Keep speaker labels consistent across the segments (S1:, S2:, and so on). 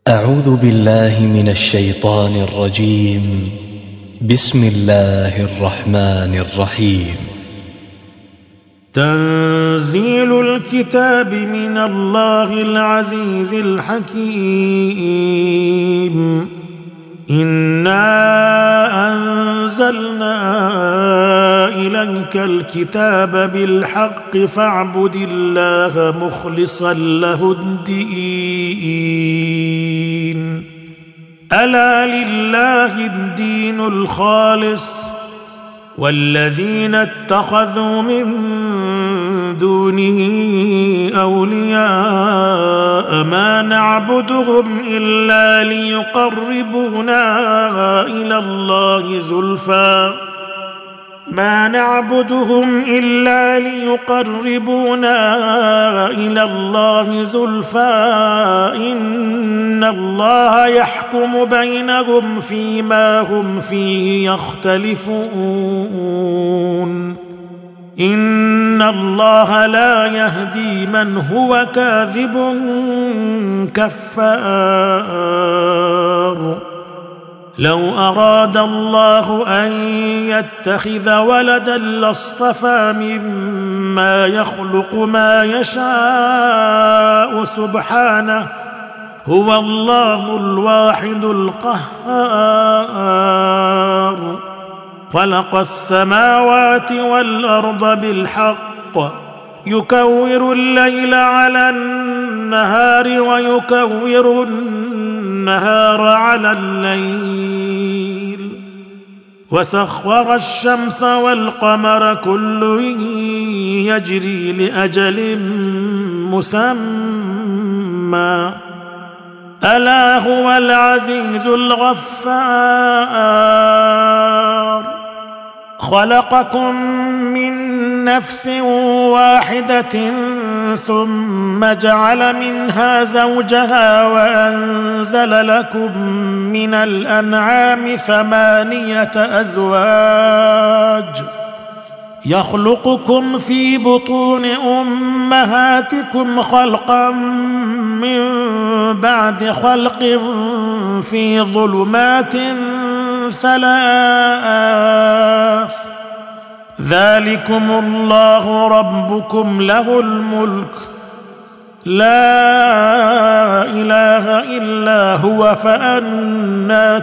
S1: أعوذ بالله من الشيطان الرجيم. بسم الله الرحمن الرحيم.
S2: تنزيل الكتاب من الله العزيز الحكيم. إنا أنزلنا إليك الكتاب بالحق فاعبد الله مخلصا له الدين. ألا لله الدين الخالص والذين اتخذوا من دونه أولياء ما نعبدهم إلا ليقربونا إلى الله زلفى إن الله يحكم بينهم فيما هم فيه يختلفون. إن الله لا يهدي من هو كاذب كفار. لو أراد الله أن يتخذ ولدا لاصطفى مما يخلق ما يشاء سبحانه هو الله الواحد القهار. خلق السماوات والأرض بالحق يكور الليل على النهار ويكور النهار على الليل وسخر الشمس والقمر كل يجري لأجل مسمى ألا هو العزيز الغفار. خلقكم من نفس واحدة ثم جعل منها زوجها وأنزل لكم من الأنعام 8 أزواج يخلقكم في بطون أمهاتكم خلقا من بعد خلق في ظلمات 3 ذلكم الله ربكم له الملك لا إله إلا هو فأنى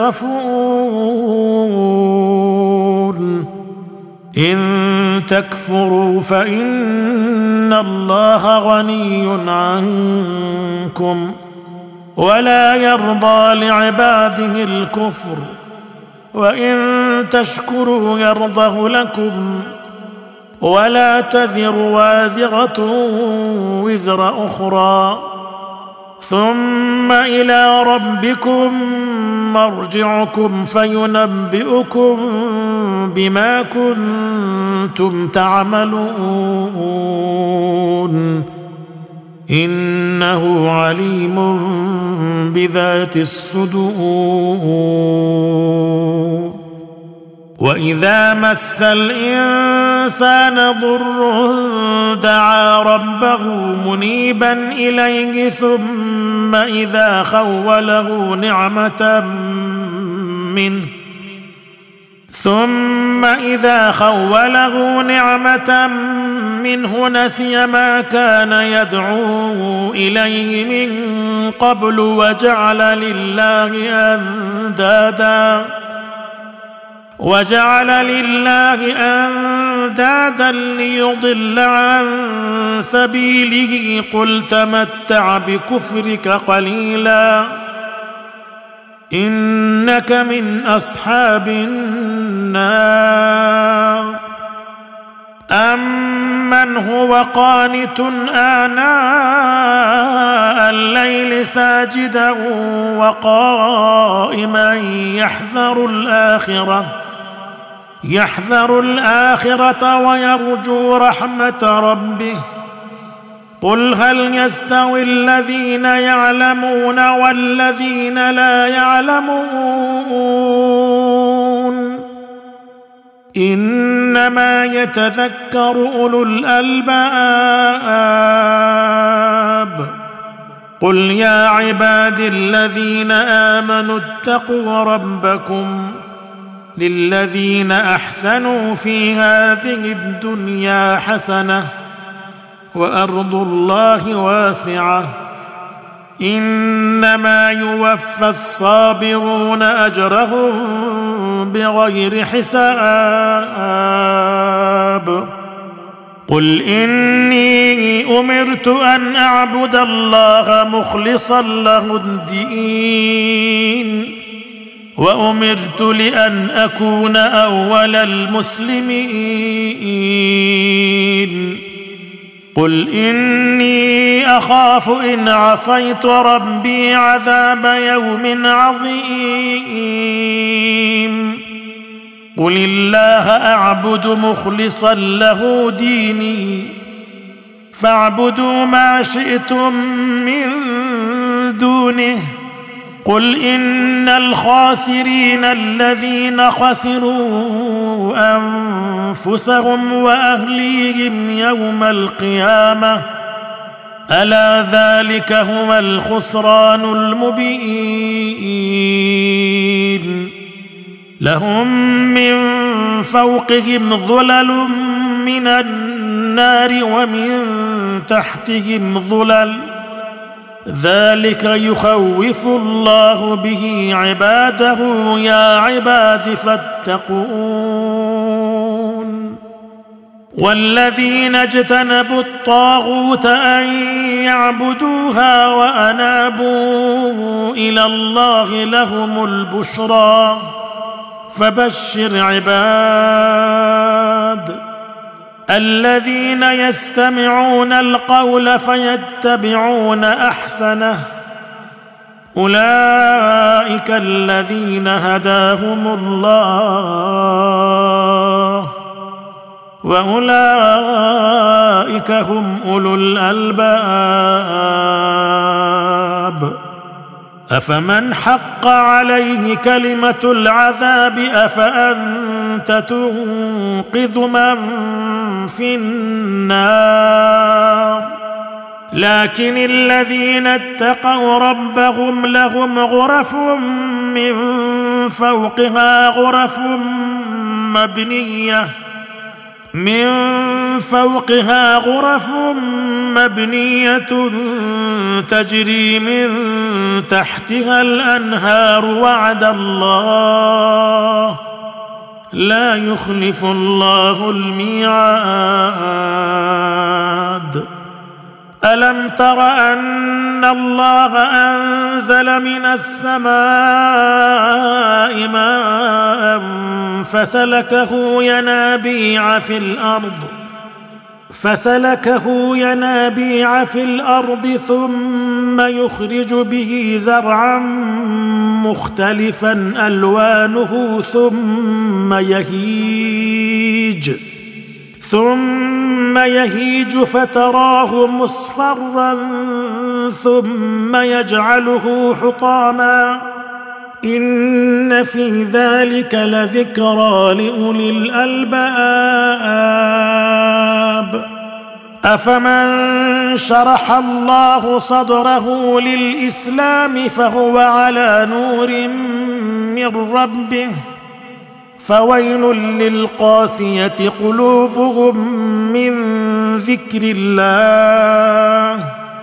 S2: تصرفون. إن تكفروا فإن الله غني عنكم ولا يرضى لعباده الكفر وإن تشكروا يرضه لكم ولا تزر وازرة وزر أخرى ثم إلى ربكم مرجعكم فينبئكم بما كنتم تعملون إنه عليم بذات الصدور. وإذا مس الإنسان ضر دعا ربه منيبا إليه ثم إذا خوله نعمة منه نسي ما كان يدعو إليه من قبل وجعل لله أندادا ليضل عن سبيله قل تمتع بكفرك قليلا إنك من أصحاب النار. أمن هو قانت آناء الليل ساجدا وقائما يحذر الآخرة ويرجو رحمة ربه قل هل يستوي الذين يعلمون والذين لا يعلمون إنما يتذكر أولو الألباب قل يا عبادي الذين آمنوا اتقوا ربكم للذين أحسنوا في هذه الدنيا حسنة وأرض الله واسعة إنما يوفى الصابرون أجرهم بغير حساب قل إني أمرت أن أعبد الله مخلصا له الدين وأمرت لأن أكون أول المسلمين قل إني أخاف إن عصيت ربي عذاب يوم عظيم قل الله أعبد مخلصا له ديني فاعبدوا ما شئتم من دونه قل إن الخاسرين الذين خسروا أنفسهم وأهليهم يوم القيامة ألا ذلك هو الخسران المبين لهم من فوقهم ظلل من النار ومن تحتهم ظلل ذلك يخوف الله به عباده يا عباد فاتقون والذين اجتنبوا الطاغوت أن يعبدوها وأنابوا إلى الله لهم البشرى فبشر عباد الذين يستمعون القول فيتبعون أحسنه أولئك الذين هداهم الله وأولئك هم أولو الألباب أفمن حق عليه كلمة العذاب أفأنت تنقذ من في النار لكن الذين اتقوا ربهم لهم غرف من فوقها غرف مبنية تجري من تحتها الأنهار وعد الله لا يخلف الله الميعاد ألم تر أن الله أنزل من السماء ماء فسلكه ينابيع في الأرض ثم يخرج به زرعا مختلفا ألوانه ثم يهيج فتراه مصفرا ثم يجعله حطاما إن في ذلك لذكرى لأولي الألباب أفمن شرح الله صدره للإسلام فهو على نور من ربه فويل للقاسية قلوبهم من ذكر الله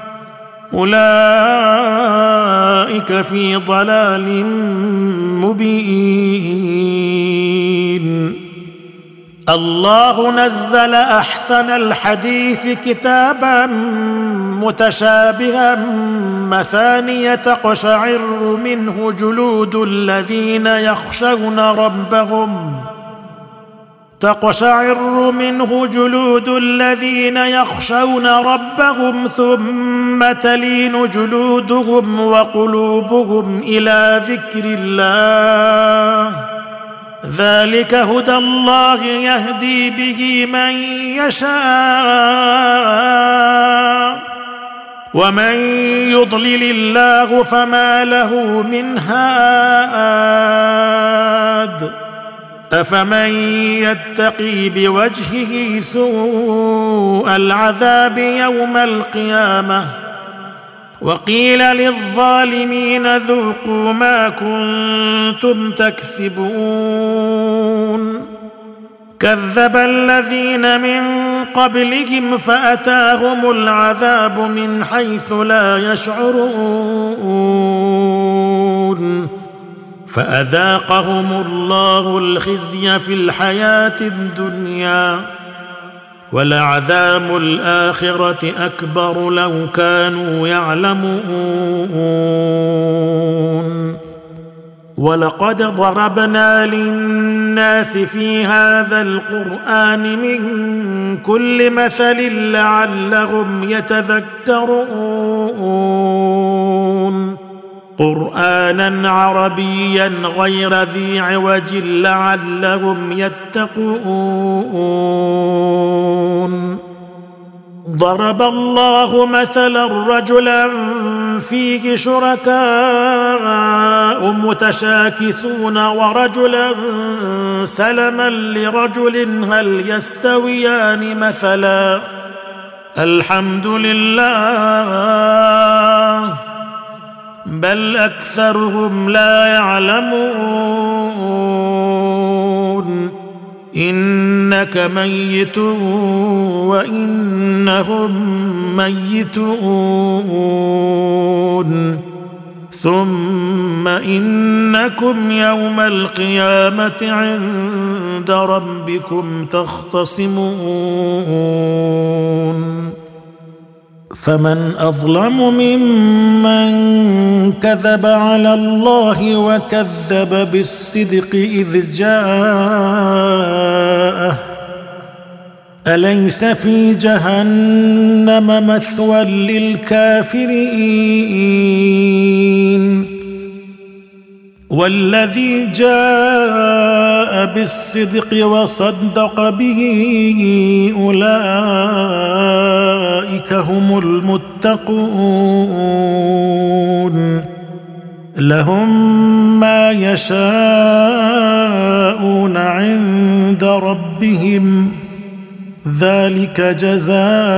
S2: أولئك في ضلال مبين الله نزل أحسن الحديث كتابا متشابها مثانية تقشعر منه جلود الذين يخشون ربهم ثم تلين جلودهم وقلوبهم إلى ذكر الله ذلك هدى الله يهدي به من يشاء ومن يضلل الله فما له من هاد أفمن يتقي بوجهه سوء العذاب يوم القيامة وقيل للظالمين ذوقوا ما كنتم تكسبون كذب الذين من قبلهم فأتاهم العذاب من حيث لا يشعرون فأذاقهم الله الخزي في الحياة الدنيا ولعذاب الآخرة أكبر لو كانوا يعلمون ولقد ضربنا للناس في هذا القرآن من كل مثل لعلهم يتذكرون قرآنا عربيا غير ذي عوج لعلهم يتقون ضرب الله مثلا رجلا فيه شركاء متشاكسون ورجلا سلما لرجل هل يستويان مثلا الحمد لله بل أكثرهم لا يعلمون إنك ميت وإنهم ميتون ثم إنكم يوم القيامة عند ربكم تختصمون فمن أظلم ممن كذب على الله وكذب بالصدق إذ جاءه أليس في جهنم مثوى للكافرين والذي جاء بالصدق وصدق به أولئك هم المتقون لهم ما يشاءون عند ربهم ذلك جزاء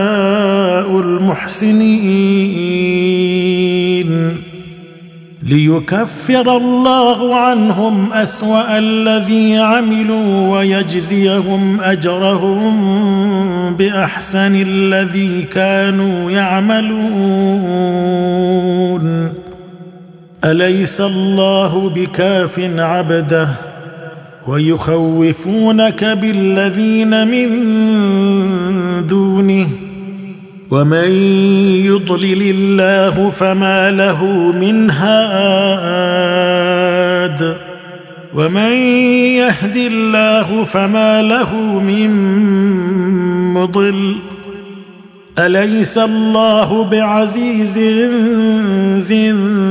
S2: المحسنين ليكفر الله عنهم أسوأ الذي عملوا ويجزيهم أجرهم بأحسن الذي كانوا يعملون أليس الله بكاف عبده ويخوفونك بالذين من دونه ومن يضلل الله فما له من هاد ومن يهد الله فما له من مضل أليس الله بعزيز ذي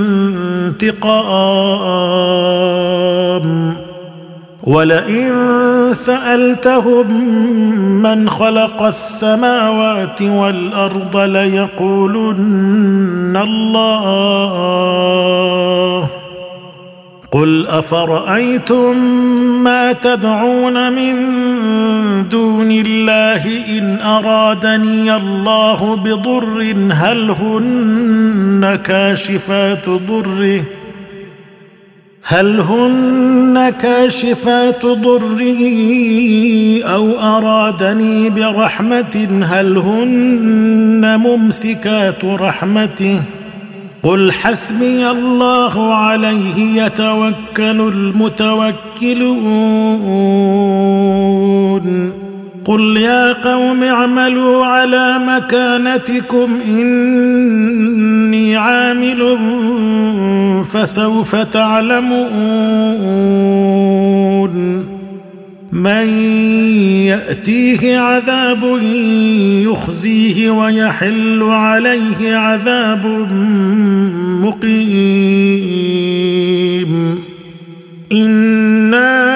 S2: انتقام ولئن سألتهم من خلق السماوات والأرض ليقولن الله قل أفرأيتم ما تدعون من دون الله إن أرادني الله بضر هل هن كاشفات ضره أو أرادني برحمة هل هن ممسكات رحمته قل حسبي الله عليه يتوكل المتوكلون قل يا قوم اعملوا على مكانتكم إني عامل فسوف تعلمون من يأتيه عذاب يخزيه ويحل عليه عذاب مقيم إنا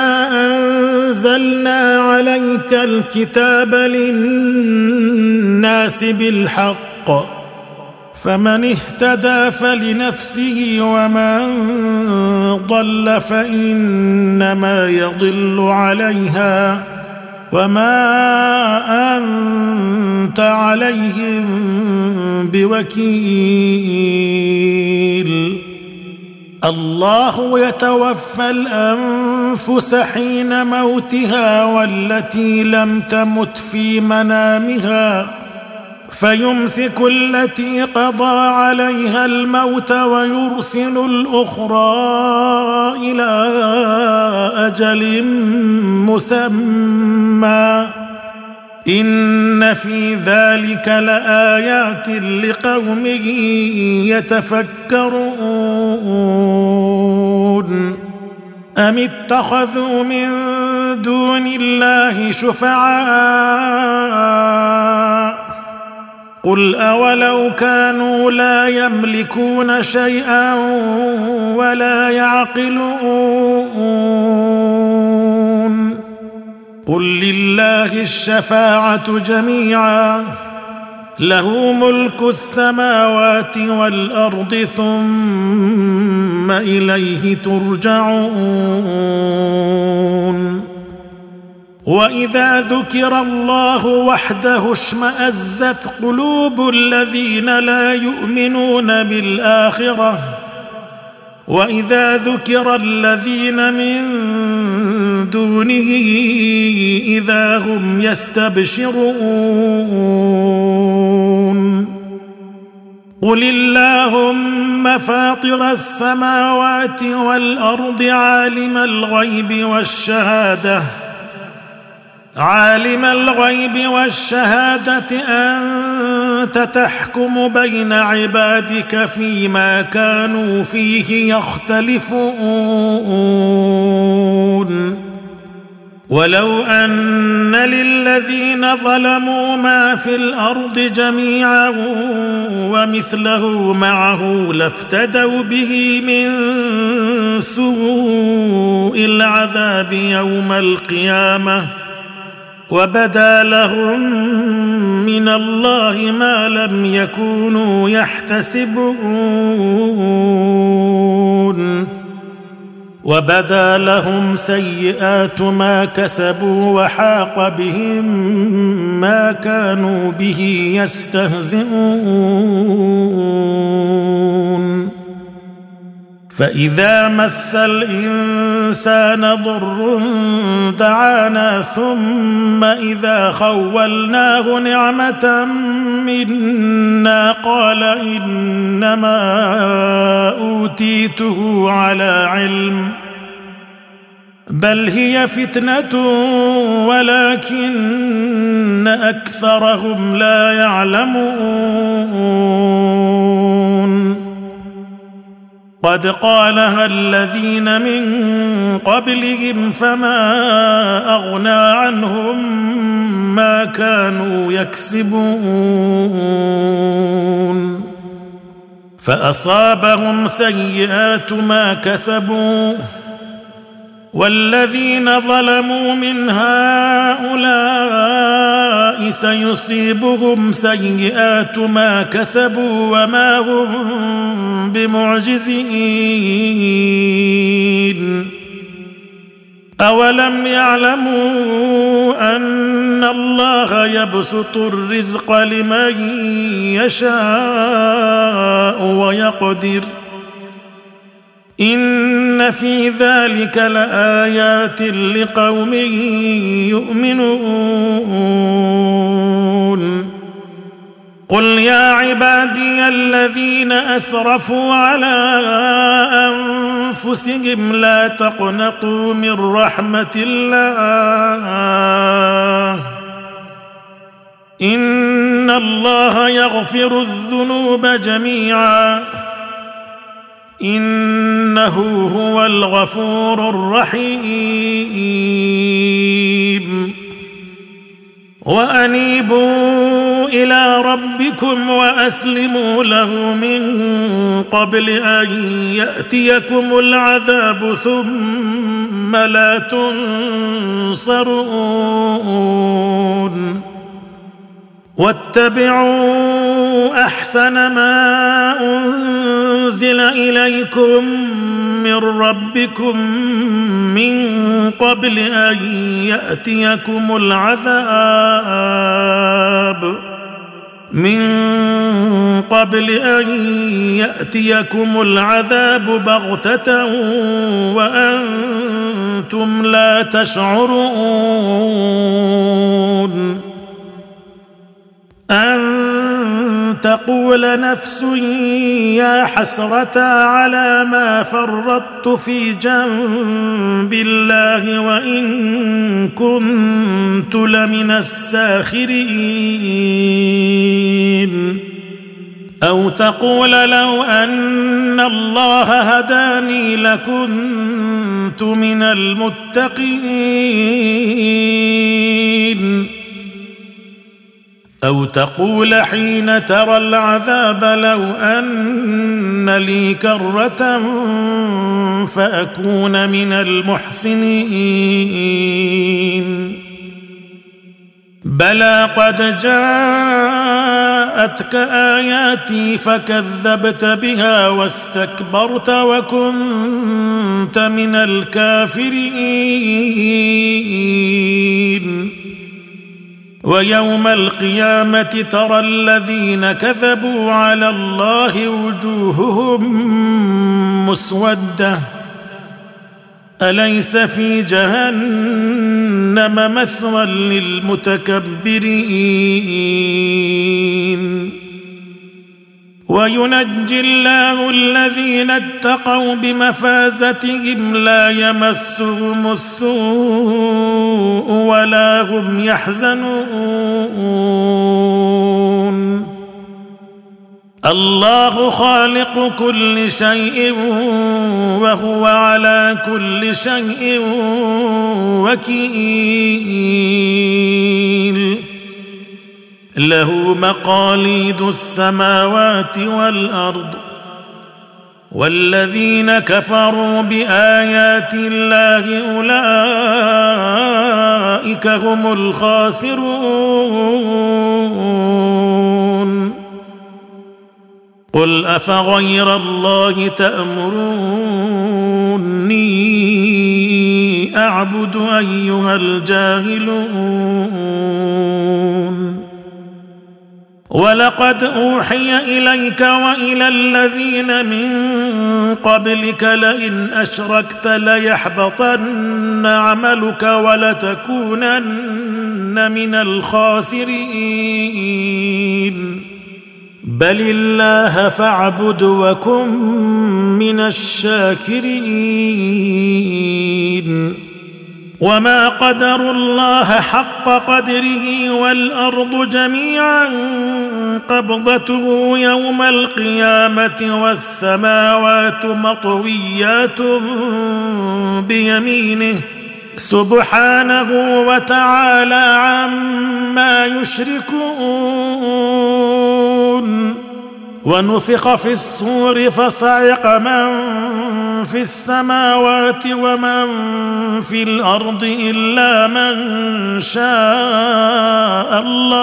S2: أنزلنا عليك الكتاب للناس بالحق فمن اهتدى فلنفسه ومن ضل فإنما يضل عليها وما أنت عليهم بوكيل. الله يتوفى الأنفس حين موتها والتي لم تمت في منامها فيمسك التي قضى عليها الموت ويرسل الأخرى إلى أجل مسمى إن في ذلك لآيات لقوم يتفكرون. أم اتخذوا من دون الله شفعاء قل أولو كانوا لا يملكون شيئا ولا يعقلون قل لله الشفاعة جميعا له ملك السماوات والأرض ثم إليه ترجعون. وإذا ذكر الله وحده اشمأزت قلوب الذين لا يؤمنون بالآخرة وإذا ذكر الذين من دونه إذا هم يستبشرون. قل اللهم فاطر السماوات والأرض عالم الغيب والشهادة أنت تحكم بين عبادك فيما كانوا فيه يختلفون. ولو أن للذين ظلموا ما في الأرض جميعا ومثله معه لافتدوا به من سوء العذاب يوم القيامة وبدا لهم من الله ما لم يكونوا يحتسبون. وبدا لهم سيئات ما كسبوا وحاق بهم ما كانوا به يستهزئون. فإذا مس الإنسان ضر دعانا ثم إذا خولناه نعمة منا قال إنما أوتيته على علم بل هي فتنة ولكن أكثرهم لا يعلمون. قد قالها الذين من قبلهم فما أغنى عنهم ما كانوا يكسبون فأصابهم سيئات ما كسبوا والذين ظلموا من هؤلاء سيصيبهم سيئات ما كسبوا وما هم بمعجزين. أولم يعلموا أن الله يبسط الرزق لمن يشاء ويقدر إن في ذلك لآيات لقوم يؤمنون. قل يا عبادي الذين أسرفوا على أنفسهم لا تقنطوا من رحمة الله إن الله يغفر الذنوب جميعا إنه هو الغفور الرحيم. وأنيبوا إلى ربكم وأسلموا له من قبل أن يأتيكم العذاب ثم لا تنصرون. واتبعوا احسن ما انزل اليكم من ربكم من قبل ان ياتيكم العذاب بغتة وانتم لا تشعرون أن تقول نفس يا حسرة على ما فرطت في جنب الله وإن كنت لمن الساخرين أو تقول لو أن الله هداني لكنت من المتقين أو تقول حين ترى العذاب لو أن لي كرة فأكون من المحسنين بلى قد جاءتك آياتي فكذبت بها واستكبرت وكنت من الكافرين ويوم القيامة ترى الذين كذبوا على الله وجوههم مسودة أليس في جهنم مثوى للمتكبرين وينجي الله الذين اتقوا بمفازتهم لا يمسهم السوء ولا هم يحزنون الله خالق كل شيء وهو على كل شيء وكيل له مقاليد السماوات والأرض والذين كفروا بآيات الله أولئك هم الخاسرون قل أفغير الله تأمروني أعبد أيها الجاهلون ولقد أوحي إليك وإلى الذين من قبلك لئن أشركت ليحبطن عملك ولتكونن من الخاسرين بل الله فاعبد وكن من الشاكرين وما قدروا الله حق قدره والأرض جميعا قبضته يوم القيامة والسماوات مطويات بيمينه سبحانه وتعالى عما يشركون ونفخ في الصور فصعق من في السماوات ومن في الأرض إلا من شاء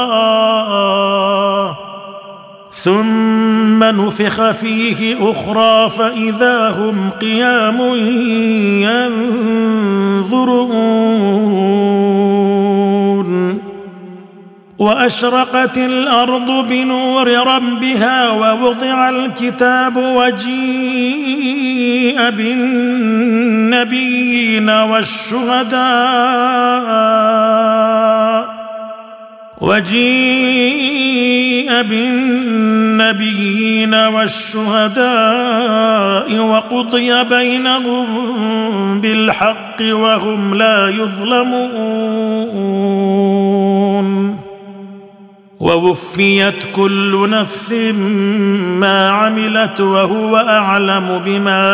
S2: الله ثم نفخ فيه أخرى فإذا هم قيام ينظرون وأشرقت الأرض بنور ربها ووضع الكتاب وجيء بالنبيين والشهداء وقضي بينهم بالحق وهم لا يظلمون ووفيت كل نفس ما عملت وهو أعلم بما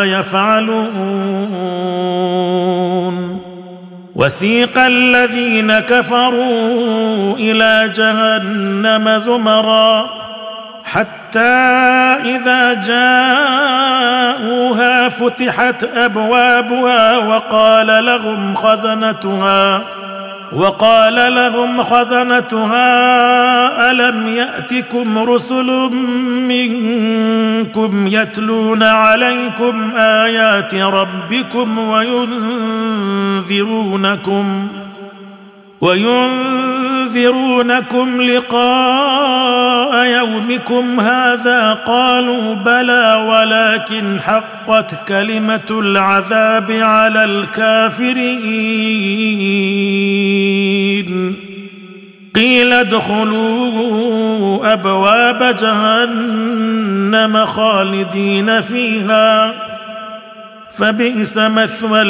S2: يفعلون وسيق الذين كفروا إلى جهنم زمرا حتى إذا جاءوها فتحت أبوابها وقال لهم خزنتها ألم يأتكم رسل منكم يتلون عليكم آيات ربكم وينذرونكم لقاء يومكم هذا؟ قالوا بلى ولكن حقت كلمة العذاب على الكافرين. قيل ادخلوا أبواب جهنم خالدين فيها فبئس مثوى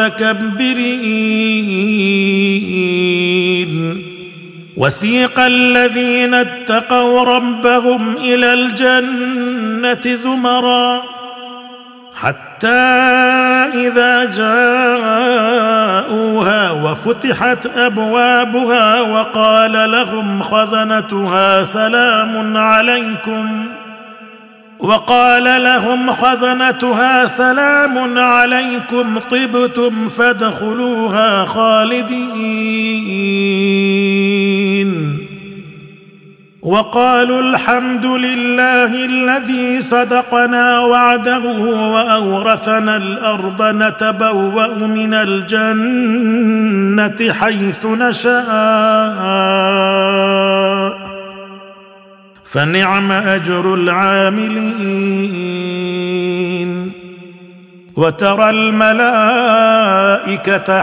S2: المتكبرين. وسيق الذين اتقوا ربهم إلى الجنة زمرا حتى إذا جاءوها وفتحت أبوابها وقال لهم خزنتها سلام عليكم طبتم فادخلوها خالدين. وقالوا الحمد لله الذي صدقنا وعده وأورثنا الأرض نتبوأ من الجنة حيث نشاء فنعم أجر العاملين. وترى الملائكة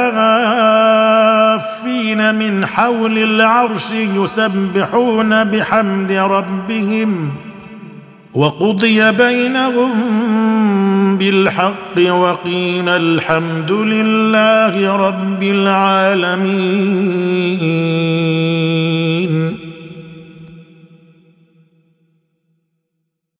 S2: حافين من حول العرش يسبحون بحمد ربهم وقضي بينهم بالحق وقيل الحمد لله رب العالمين.